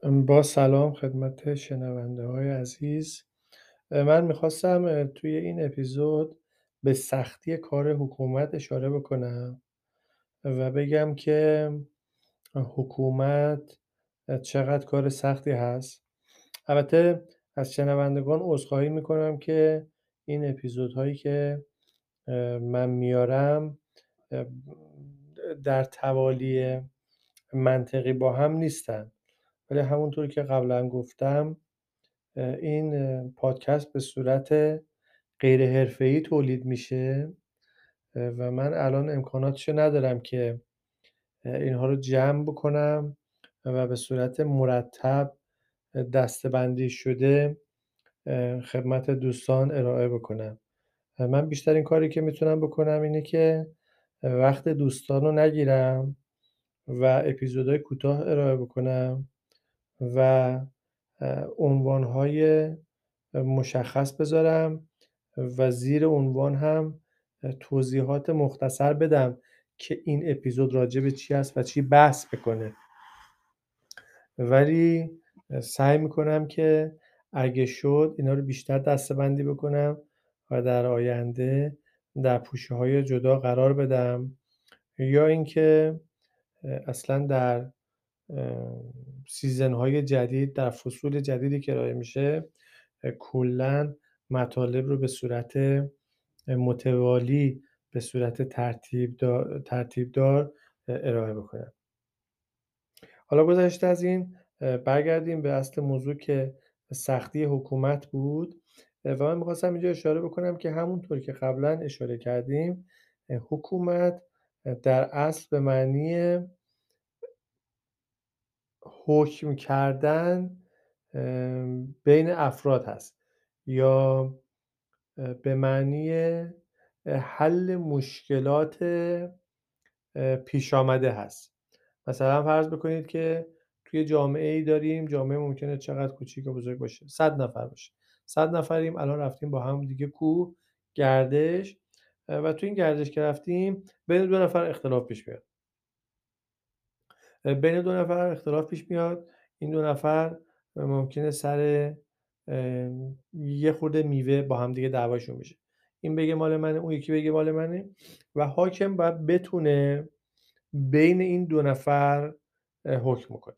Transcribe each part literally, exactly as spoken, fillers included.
با سلام خدمت شنونده‌های عزیز. من می‌خواستم توی این اپیزود به سختی کار حکومت اشاره بکنم و بگم که حکومت چقدر کار سختی هست. البته از شنوندگان عذرخواهی می‌کنم که این اپیزودهایی که من میارم در توالی منطقی با هم نیستن، ولی همونطور که قبلا گفتم این پادکست به صورت غیر حرفه‌ای تولید میشه و من الان امکاناتشو ندارم که اینها رو جمع بکنم و به صورت مرتب دسته‌بندی شده خدمت دوستان ارائه بکنم. من بیشترین کاری که میتونم بکنم اینه که وقت دوستان رو نگیرم و اپیزودهای کوتاه ارائه بکنم و عنوان‌های مشخص بذارم و زیر عنوان هم توضیحات مختصر بدم که این اپیزود راجع به چی است و چی بحث میکنه. ولی سعی میکنم که اگه شد اینا رو بیشتر دسته‌بندی بکنم و در آینده در پوشه‌های جدا قرار بدم، یا اینکه اصلا در سیزن‌های جدید، در فصول جدیدی که ارائه میشه، کلاً مطالب رو به صورت متوالی به صورت ترتیب دار ترتیب دار ارائه بکنم. حالا گذشته از این برگردیم به اصل موضوع که سختی حکومت بود و من می‌خواستم اینجا اشاره بکنم که همونطور که قبلا اشاره کردیم حکومت در اصل به معنی حکم کردن بین افراد هست یا به معنی حل مشکلات پیش آمده هست. مثلا فرض بکنید که توی جامعه‌ای داریم، جامعه ممکنه چقدر کوچیک و بزرگ باشه، صد نفر باشه. صد نفریم، الان رفتیم با هم دیگه کوه گردش و تو این گردش که رفتیم بین دو نفر اختلاف پیش میاد. بین دو نفر اختلاف پیش میاد، این دو نفر ممکنه سر یه خورده میوه با هم دیگه دعواشون میشه. این بگه مال منه، اون یکی بگه مال منه و حاکم باید بتونه بین این دو نفر حکم کنه.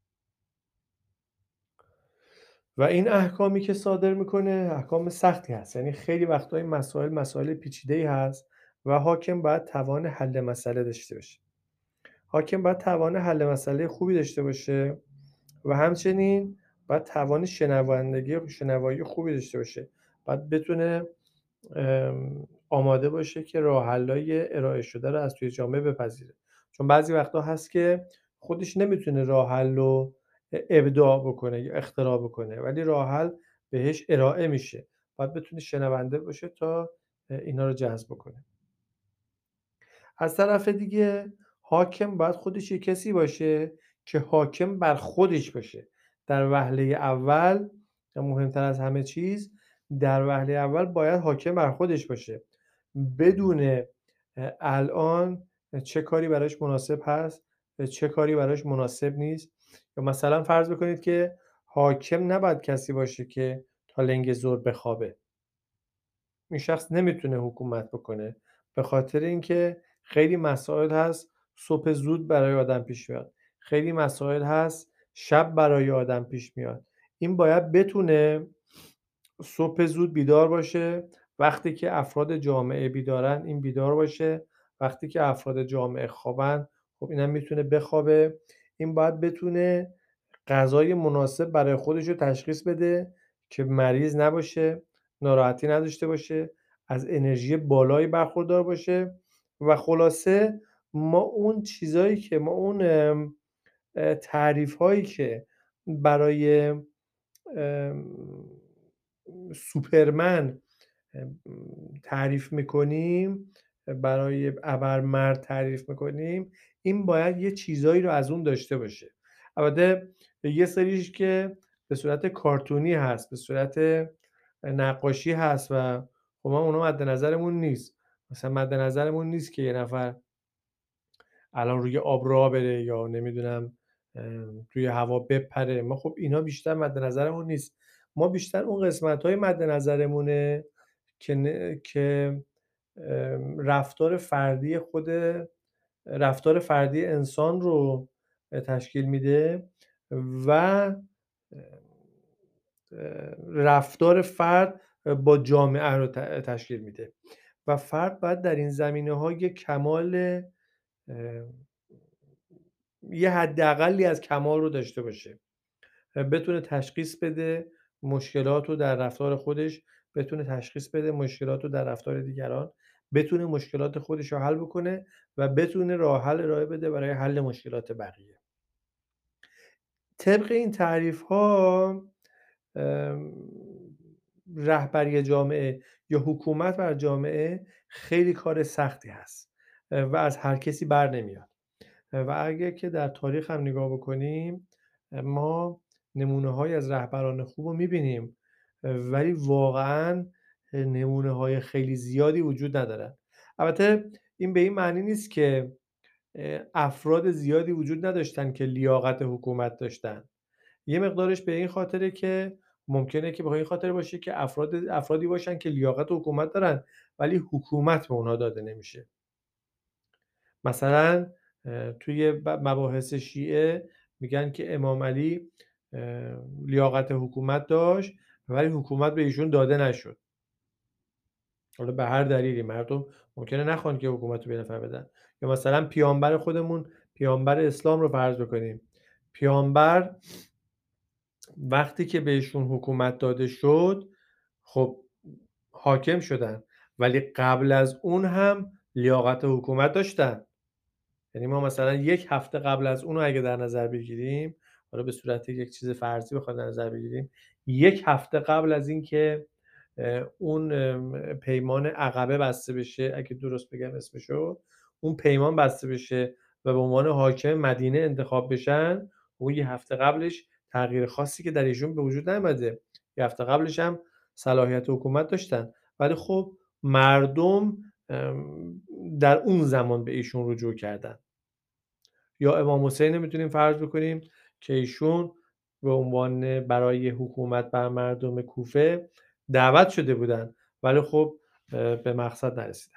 و این احکامی که صادر میکنه احکام سختی هست، یعنی خیلی وقتا این مسائل مسائل پیچیده‌ای هست و حاکم باید توان حل مسئله داشته باشه. حاکم باید توان حل مسئله خوبی داشته باشه و همچنین باید توان شنوندگی و شنوایی خوبی داشته باشه. باید بتونه آماده باشه که راه حل‌های ارائه شده رو از توی جامعه بپذیره. چون بعضی وقتا هست که خودش نمیتونه راه حل رو ابداع بکنه یا اختراع بکنه، ولی راه حل بهش ارائه میشه. باید بتونه شنونده باشه تا اینا رو جذب بکنه. از طرف دیگه حاکم باید خودش یه کسی باشه که حاکم بر خودش باشه. در وهله اول و مهمتر از همه چیز، در وهله اول باید حاکم بر خودش باشه، بدونه الان چه کاری براش مناسب هست، چه کاری براش مناسب نیست. یا مثلا فرض بکنید که حاکم نباید کسی باشه که تا لنگ ظهر بخوابه. این شخص نمیتونه حکومت بکنه، به خاطر اینکه خیلی مسائل هست صبح زود برای آدم پیش میاد، خیلی مسائل هست شب برای آدم پیش میاد. این باید بتونه صبح زود بیدار باشه، وقتی که افراد جامعه بیدارن این بیدار باشه، وقتی که افراد جامعه خوابن خب اینم میتونه بخوابه. این باید بتونه غذای مناسب برای خودش رو تشخیص بده که مریض نباشه، ناراحتی نداشته باشه، از انرژی بالایی برخوردار باشه و خلاصه ما اون چیزایی که ما اون تعریف‌هایی که برای سوپرمن تعریف میکنیم، برای ابرمرد تعریف میکنیم، این باید یه چیزایی رو از اون داشته باشه. البته یه سریش که به صورت کارتونی هست، به صورت نقاشی هست و خب ما اونا مد نظرمون نیست. مثلا مد نظرمون نیست که یه نفر الان روی آب راه بره یا نمیدونم توی هوا بپره. ما خب اینا بیشتر مد نظرمون نیست. ما بیشتر اون قسمت‌های مد نظرمونه که ن که ام، رفتار فردی خود رفتار فردی انسان رو تشکیل میده و رفتار فرد با جامعه رو ت تشکیل میده و فرد باید در این زمینه‌ها یک کمال یه حداقلی از کمال رو داشته باشه. بتونه تشخیص بده مشکلات رو در رفتار خودش، بتونه تشخیص بده مشکلات رو در رفتار دیگران، بتونه مشکلات خودش رو حل بکنه و بتونه راه حل ارائه بده برای حل مشکلات بقیه. طبق این تعریف‌ها ام، رهبری جامعه یا حکومت بر جامعه خیلی کار سختی هست و از هر کسی بر نمیاد. و اگر که در تاریخ هم نگاه بکنیم ما نمونه‌هایی از رهبران خوب رو می‌بینیم ولی واقعاً نمونه‌های خیلی زیادی وجود ندارن. البته این به این معنی نیست که افراد زیادی وجود نداشتن که لیاقت حکومت داشتن. یه مقدارش به این خاطره که ممکنه که به این خاطر باشه که افراد افرادی باشن که لیاقت حکومت دارن ولی حکومت به اونها داده نمیشه. مثلا توی مباحث شیعه میگن که امام علی لیاقت حکومت داشت ولی حکومت به ایشون داده نشد. حالا به هر دلیلی مردم ممکنه نخوان که حکومت رو به نفر بدن. یا مثلا پیامبر خودمون، پیامبر اسلام رو فرض بکنیم. پیامبر وقتی که بهشون حکومت داده شد خب حاکم شدن ولی قبل از اون هم لیاقت حکومت داشتن. یعنی ما مثلا یک هفته قبل از اون رو اگه در نظر بگیریم، حالا به صورت یک چیز فرضی بخواد در نظر بگیریم، یک هفته قبل از اینکه اون پیمان عقبه بسته بشه، اگه درست بگم اسمشو، اون پیمان بسته بشه و به عنوان حاکم مدینه انتخاب بشن، اون یه هفته قبلش تغییر خاصی که در ایشون به وجود نیامده. یه هفته قبلش هم صلاحیت حکومت داشتن ولی خب مردم در اون زمان به ایشون رجوع کردن. یا امام حسین رو میتونیم فرض بکنیم که ایشون به عنوان برای حکومت بر مردم کوفه دعوت شده بودن ولی خب به مقصد نرسیدن.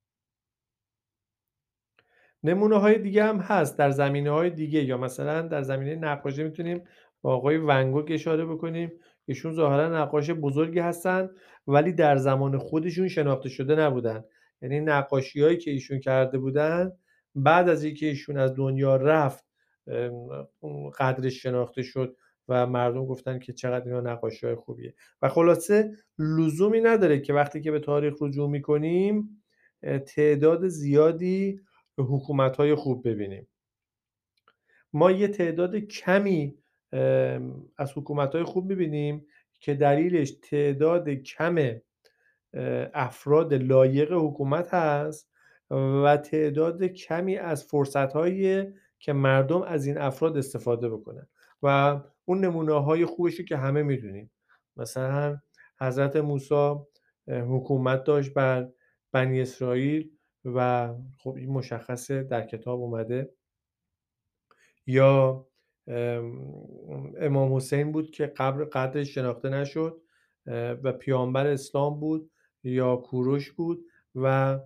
نمونه‌های دیگه هم هست در زمینه‌های دیگه، یا مثلا در زمینه نقاشی میتونیم با آقای ون گوگ اشاره بکنیم. ایشون ظاهرا نقاش بزرگی هستن ولی در زمان خودشون شناخته شده نبودن. یعنی نقاشی‌هایی که ایشون کرده بودن بعد از اینکه ایشون از دنیا رفت قدرش شناخته شد و مردم گفتن که چقدر اینا نقاشی‌های خوبیه. و خلاصه لزومی نداره که وقتی که به تاریخ رجوع می‌کنیم تعداد زیادی حکومت‌های خوب ببینیم. ما یه تعداد کمی از حکومت‌های خوب می‌بینیم که دلیلش تعداد کم افراد لایق حکومت هست و تعداد کمی از فرصت‌هایی که مردم از این افراد استفاده بکنن و اون نمونه‌های خوبشو که همه می‌دونیم. مثلا حضرت موسی حکومت داشت بر بنی اسرائیل و خب این مشخصه در کتاب اومده. یا امام حسین بود که قبر قدرش شناخته نشد و پیامبر اسلام بود، یا کوروش بود و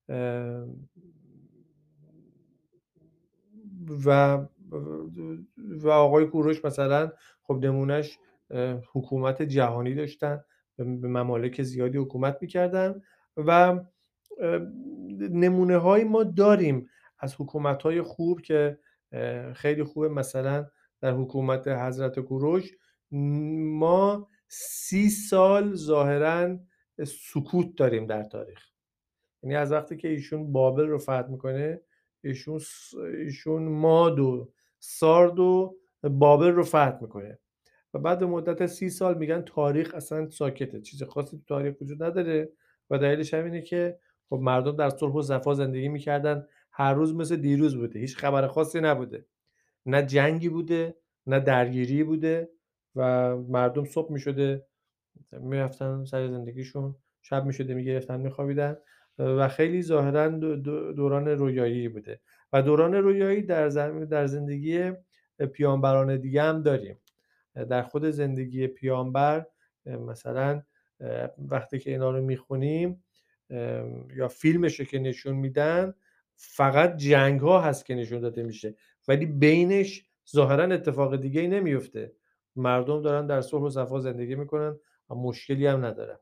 و و آقای کوروش مثلا خب نمونهش حکومت جهانی داشتن، به ممالک زیادی حکومت میکردن و نمونه های ما داریم از حکومت های خوب که خیلی خوبه. مثلا در حکومت حضرت کوروش ما سی سال ظاهرا سکوت داریم در تاریخ. یعنی از وقتی که ایشون بابل رو فتح میکنه، ایشون ایشون ماد و سارد و بابل رو فتح میکنه و بعد مدت سی سال میگن تاریخ اصلا ساکته، چیز خاصی تو تاریخ وجود نداره و دلیلش هم اینه که خب مردم در صلح و صفا زندگی میکردن، هر روز مثل دیروز بوده، هیچ خبر خاصی نبوده، نه جنگی بوده نه درگیری بوده و مردم صبح میشده میرفتن سر زندگیشون، شب میشده میگرفتن میخوابیدن و خیلی ظاهرا دوران رویایی بوده و دوران رویایی در در زندگی پیامبران دیگه هم داریم. در خود زندگی پیامبر مثلا وقتی که اینا رو میخونیم یا فیلمش رو که نشون میدن، فقط جنگ ها هست که نشون داده میشه، ولی بینش ظاهرا اتفاق دیگه ای نمیفته. مردم دارن در صلح و صفا زندگی میکنن و مشکلی هم ندارن.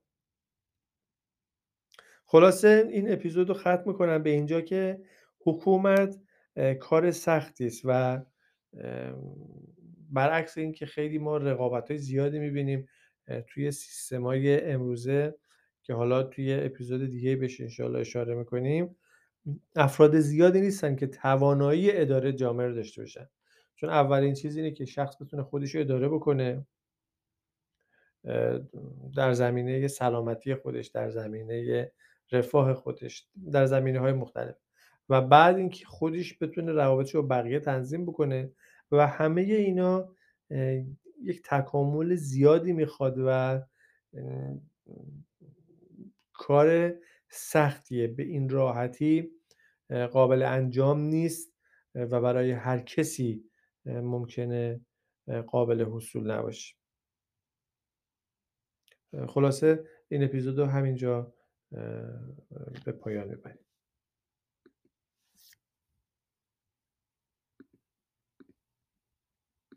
خلاصه این اپیزود رو ختم میکنم به اینجا که حکومت کار سختی است و برعکس این که خیلی ما رقابت‌های زیادی می‌بینیم توی سیستم‌های امروزه که حالا توی اپیزود دیگه بهش انشاءالله اشاره می‌کنیم، افراد زیادی نیستن که توانایی اداره جامعه رو داشته باشن. چون اولین چیز اینه که شخص بتونه خودش رو اداره بکنه در زمینه سلامتی خودش، در زمینه رفاه خودش، در زمینه‌های مختلف، و بعد اینکه خودش بتونه روابطش رو با بقیه تنظیم بکنه و همه اینا یک تکامل زیادی میخواد و کار سختیه، به این راحتی قابل انجام نیست و برای هر کسی ممکنه قابل حصول نباشه. خلاصه این اپیزود رو همینجا به پایان میبریم.